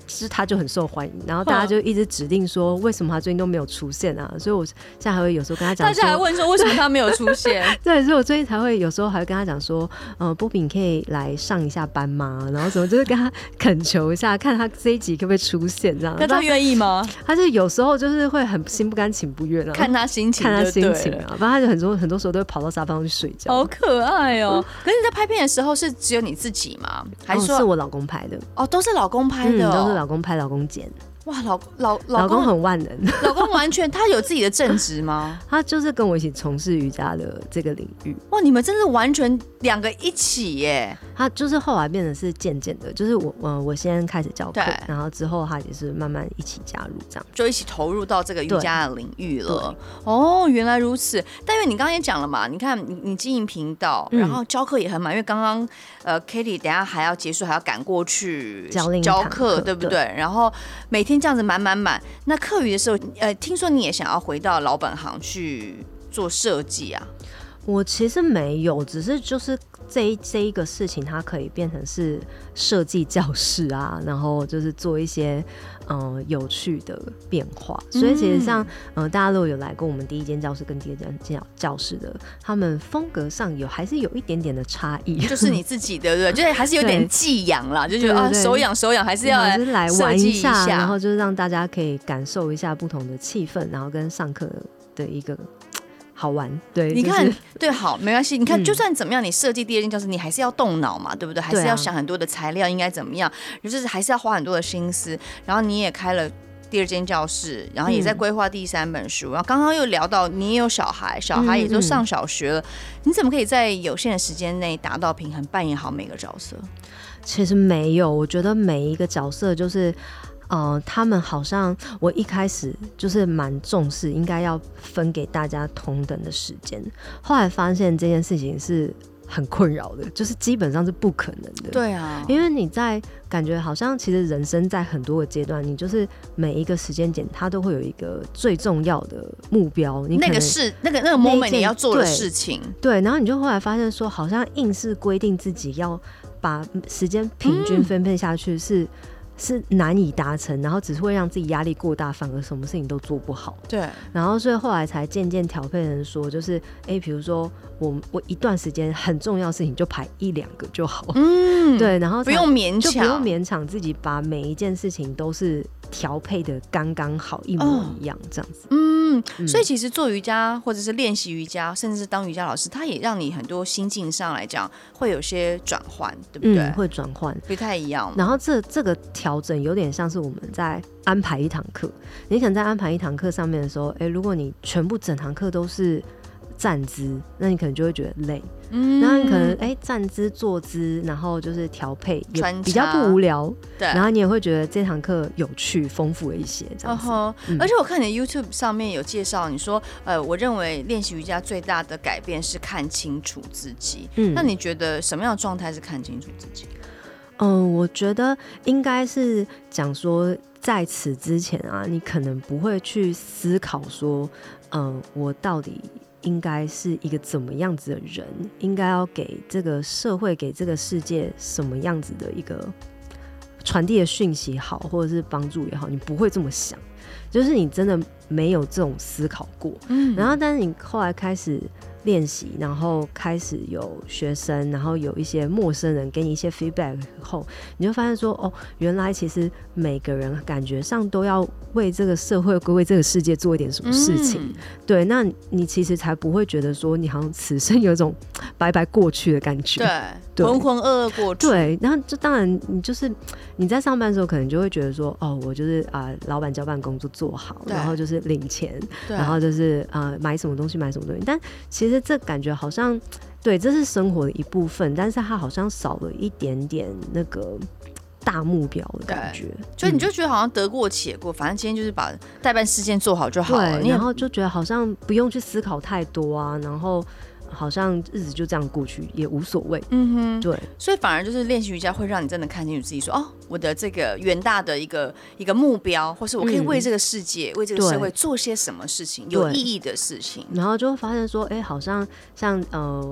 是他就很受欢迎，然后大家就一直指定说为什么他最近都没有出现啊？所以我现在还会有时候跟他讲说， 大家还问说为什么他没有出现？ 对，所以我最近才会有时候还会跟他讲说，波比你可以来上一下班吗？然后什么就是跟他恳求一下，看他这一集可不可以出现这样。 那他愿意吗？ 他是有时候就是会很心不甘情不愿啊， 看他心情啊， 反正他就很多时候都会跑到沙发上去睡觉。 好可爱哦！可是你在拍片的时候是只有你自己吗？还是说是我老公拍的？ 哦，都是老公拍的都是老公拍，老公剪。 哇， 老公很万能， 老公完全他有自己的正职吗？ 他就是跟我一起从事瑜伽的这个领域。 哇，你们真的完全两个一起耶！ 他就是后来变成是渐渐的，就是我先开始教课，然后之后他也是慢慢一起加入，这样就一起投入到这个瑜伽的领域了。哦，原来如此。但因为你刚刚也讲了嘛，你看你经营频道，然后教课也很满，因为刚刚Katie 等一下还要结束，还要赶过去教课，对不对？然后每天这样子满。那课余的时候，听说你也想要回到老本行去做设计啊？ 我其实没有，只是就是这一个事情，它可以变成是设计教室啊，然后就是做一些有趣的变化。所以其实像大家如果有来过我们第一间教室跟第二间教室的，他们风格上还是有一点点的差异。 就是你自己对不对？就是还是有点寄养啦，就觉得手痒还是要来玩一下，然后就是让大家可以感受一下不同的气氛，然后跟上课的一个。好玩，对， 你看，对，好，没关系。你看，就算怎么样，你设计第二间教室，你还是要动脑嘛，对不对？还是要想很多的材料应该怎么样，就是还是要花很多的心思。然后你也开了第二间教室，然后也在规划第3本书。然后刚刚又聊到你也有小孩也都上小学了，你怎么可以在有限的时间内达到平衡，扮演好每个角色？ 其实没有，我觉得每一个角色就是。他们好像我一开始就是蛮重视，应该要分给大家同等的时间。后来发现这件事情是很困扰的，就是基本上是不可能的。 对啊， 因为你在感觉好像其实人生在很多个阶段，你就是每一个时间点，它都会有一个最重要的目标。你那个是那个 moment 你要做的事情。 对，然后你就后来发现说，好像硬是规定自己要把时间平均分配下去是难以达成，然后只是会让自己压力过大，反而什么事情都做不好。 对， 然后所以后来才渐渐调配成说，就是比如说我一段时间很重要的事情就排1-2个就好，对，然后不用勉强， 就不用勉强自己把每一件事情都是调配的刚刚好，一模一样这样子。 所以其实做瑜伽或者是练习瑜伽，甚至是当瑜伽老师，它也让你很多心境上来讲会有些转换，对不对？ 会转换， 不太一样。 然后这个调整有点像是我们在安排一堂课，你可能在安排一堂课上面的时候，如果你全部整堂课都是站姿，那你可能就会觉得累。然后你可能站姿坐姿，然后就是调配也比较不无聊， 对， 然后你也会觉得这堂课有趣丰富了一些这样子。 而且我看你的 YouTube 上面有介绍，你说我认为练习瑜伽最大的改变是看清楚自己。那你觉得什么样的状态是看清楚自己？ 我觉得应该是讲说，在此之前啊，你可能不会去思考说，我到底应该是一个怎么样子的人，应该要给这个社会、给这个世界什么样子的一个传递的讯息好，或者是帮助也好，你不会这么想，就是你真的没有这种思考过。然后，但是你后来开始练习，然后开始有学生，然后有一些陌生人给你一些 feedback 后，你就发现说，原来其实每个人感觉上都要为这个社会、为这个世界做一点什么事情。对，那你其实才不会觉得说你好像此生有一种白白过去的感觉。 对，浑浑噩噩过去。 对，然后就当然你就是你在上班的时候，可能就会觉得说，我就是老板交办工作做好，然后就是领钱，然后就是买什么东西买什么东西。但其实这感觉好像对，这是生活的一部分，但是它好像少了一点点那个大目标的感觉， 所以你就觉得好像得过且过，反正今天就是把代办事件做好就好了。 然后就觉得好像不用去思考太多啊，然后好像日子就这样过去也无所谓。对， 所以反而就是练习瑜伽会让你真的看清楚自己说，我的这个远大的一个目标，或是我可以为这个世界、为这个社会做些什么事情，有意义的事情。 然后就会发现说，好像像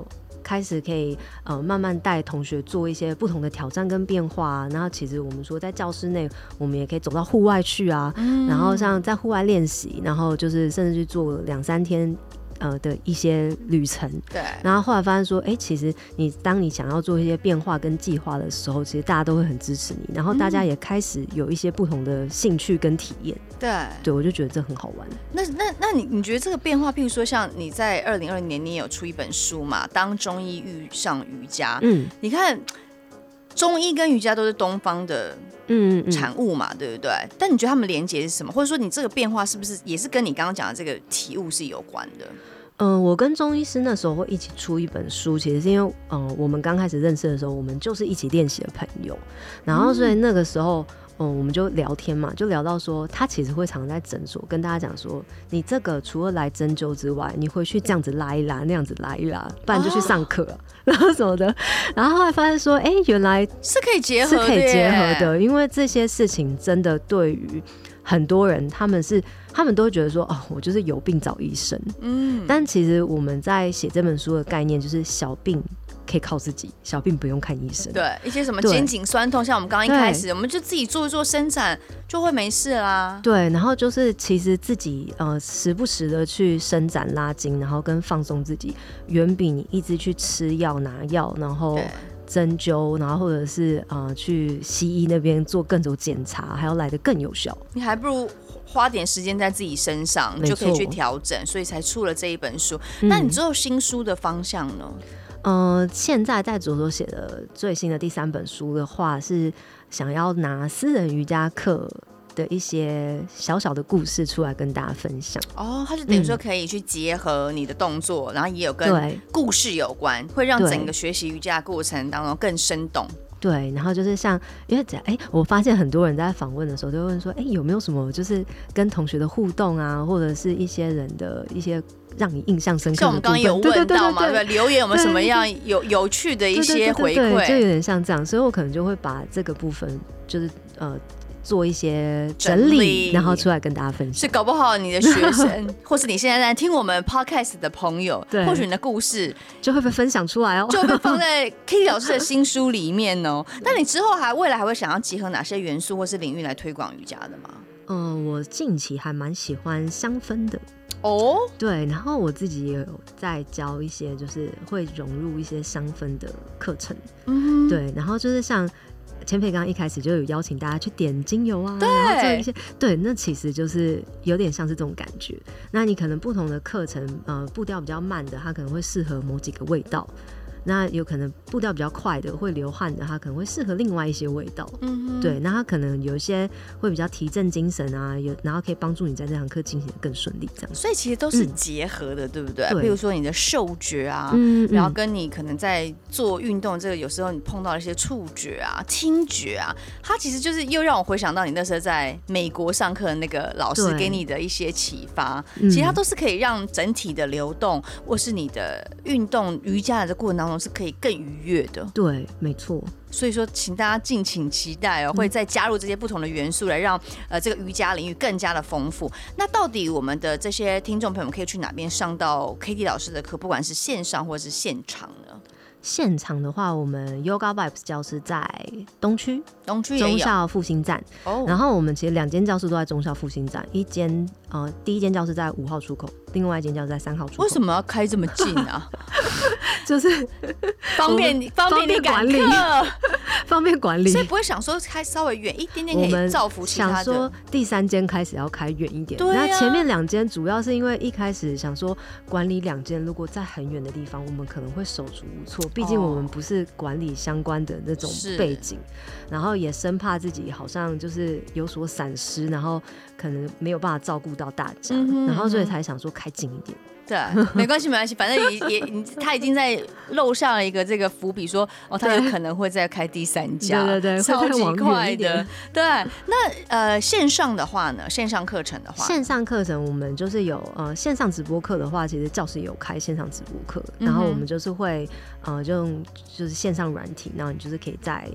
开始可以慢慢带同学做一些不同的挑战跟变化，然后其实我们说在教室内我们也可以走到户外去啊，然后像在户外练习，然后就是甚至去做2-3天的一些旅程， 对。 然后后来发现说，其实当你想要做一些变化跟计划的时候，其实大家都会很支持你，然后大家也开始有一些不同的兴趣跟体验。对，我就觉得这很好玩。 那你觉得这个变化，譬如说像你在2020年你也有出一本书嘛，当中医遇上瑜伽，你看中医跟瑜伽都是东方的产物嘛，对不对？但你觉得他们连结是什么？或者说你这个变化是不是也是跟你刚刚讲的这个体悟是有关的？ 我跟中医师那时候会一起出一本书，其实是因为我们刚开始认识的时候，我们就是一起练习的朋友，然后所以那个时候我们就聊天嘛，就聊到说他其实会常在诊所跟大家讲说，你这个除了来针灸之外，你回去这样子拉一拉，那样子拉一拉，不然就去上课然后什么的。然后后来发现说，原来是可以结合的， 因为这些事情真的对于很多人他们都会觉得说，我就是有病找医生。但其实我们在写这本书的概念就是小病可以靠自己，小病不用看医生。 对，一些什么肩颈酸痛，像我们刚刚一开始，我们就自己做一做伸展就会没事啦。 对，然后就是其实自己时不时的去伸展拉筋，然后跟放松自己，远比你一直去吃药拿药，然后针灸，然后或者是去西医那边做各种检查，还要来得更有效。 你还不如花点时间在自己身上，就可以去调整，所以才出了这一本书。那你之后新书的方向呢？ 现在在左手写的最新的第3本书的话，是想要拿私人瑜伽课的一些小小的故事出来跟大家分享。它就等于说可以去结合你的动作，然后也有跟故事有关，会让整个学习瑜伽的过程当中更生动。 对，然后就是像，因为我发现很多人在访问的时候都会问说，有没有什么就是跟同学的互动啊，或者是一些人的一些让你印象深刻的部分， 像我们刚刚有问到嘛，对，留言有没有什么样有趣的一些回馈， 就有点像这样，所以我可能就会把这个部分就是做一些整理，然后出来跟大家分享。 是搞不好你的学生或是你现在在听我们 podcast 的朋友，或许你的故事就会被分享出来就会放在 Kitty 老师的新书里面那你之后未来还会想要结合哪些元素或是领域来推广瑜伽的吗？ 我近期还蛮喜欢香氛的。对，然后我自己也有在教一些就是会融入一些香氛的课程。对，然后就是像千佩刚刚一开始就有邀请大家去点精油啊，然后做一些那其实就是有点像是这种感觉。那你可能不同的课程步调比较慢的，它可能会适合某几个味道，那有可能步调比较快的会流汗的，它可能会适合另外一些味道。对，那它可能有一些会比较提振精神啊，然后可以帮助你在这堂课进行得更顺利，这样。 所以其实都是结合的，对不对？比如说你的嗅觉啊，然后跟你可能在做运动这个，有时候你碰到一些触觉啊、听觉啊，它其实就是又让我回想到你那时候在美国上课的那个老师给你的一些启发。其实它都是可以让整体的流动，或是你的运动瑜伽的这过程当中是可以更愉悦的。 对，没错。 所以说，请大家敬请期待会再加入这些不同的元素，来让这个瑜伽领域更加的丰富。那到底我们的这些听众朋友们可以去哪边上到 Kitty 老师的课，不管是线上或是现场呢？ 现场的话，我们 Yoga Vibes 教室在东区忠孝复兴站。然后我们其实2间教室都在忠孝复兴站，第一间教室在5号出口，另外一间教室在3号出口。 为什么要开这么近啊？ 就是方便你赶课， 方便管理， 所以不会想说开稍微远一点点可以造福其他的。 想说第3间开始要开远一点， 对啊。 那前面2间主要是因为一开始想说管理2间，如果在很远的地方，我们可能会手足无措，毕竟我们不是管理相关的那种背景，然后也生怕自己好像就是有所闪失，然后可能没有办法照顾到大家，然后所以才想说开近一点。 对，没关系，反正他已经在漏下了一个这个伏笔，说他有可能会再开第3家， 对， 超级快的。对，那线上的话呢？线上课程的话， 线上课程我们就是有线上直播课的话，其实教室也有开线上直播课，然后我们就是会就是线上软体，然后你就是可以在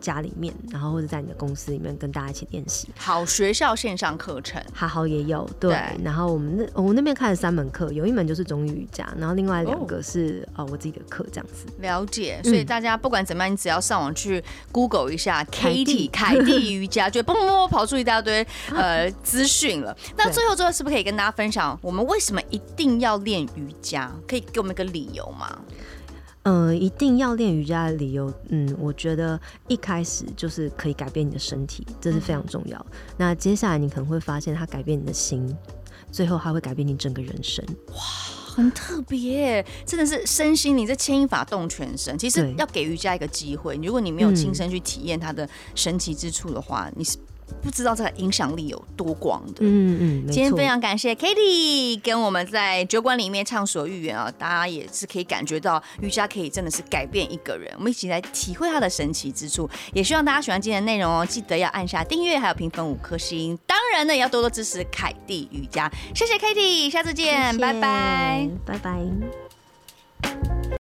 家里面，然后或者在你的公司里面跟大家一起练习。 好学校线上课程， 好好也有，对。然后我们那边开了3门课，有1门就是中医瑜伽，然后另外2个是我自己的课这样子。 了解，所以大家不管怎么样，你只要上网去 Google 一下凯蒂瑜伽，就砰砰砰跑出一大堆资讯了。那最后是不是可以跟大家分享，我们为什么一定要练瑜伽？可以给我们一个理由吗？ 一定要练瑜伽的理由，我觉得一开始就是可以改变你的身体，这是非常重要。那接下来你可能会发现它改变你的心，最后它会改变你整个人生。 哇，很特别，真的是身心灵这牵一发动全身。其实要给瑜伽一个机会，如果你没有亲身去体验它的神奇之处的话，你是不知道这个影响力有多广的。今天非常感谢 Katie 跟我们在酒馆里面畅所欲言啊，大家也是可以感觉到瑜伽可以真的是改变一个人。我们一起来体会它的神奇之处，也希望大家喜欢今天的内容哦，记得要按下订阅，还有评分5颗星。当然呢，也要多多支持凯蒂瑜伽。谢谢 Katie， 下次见，谢谢， 拜拜。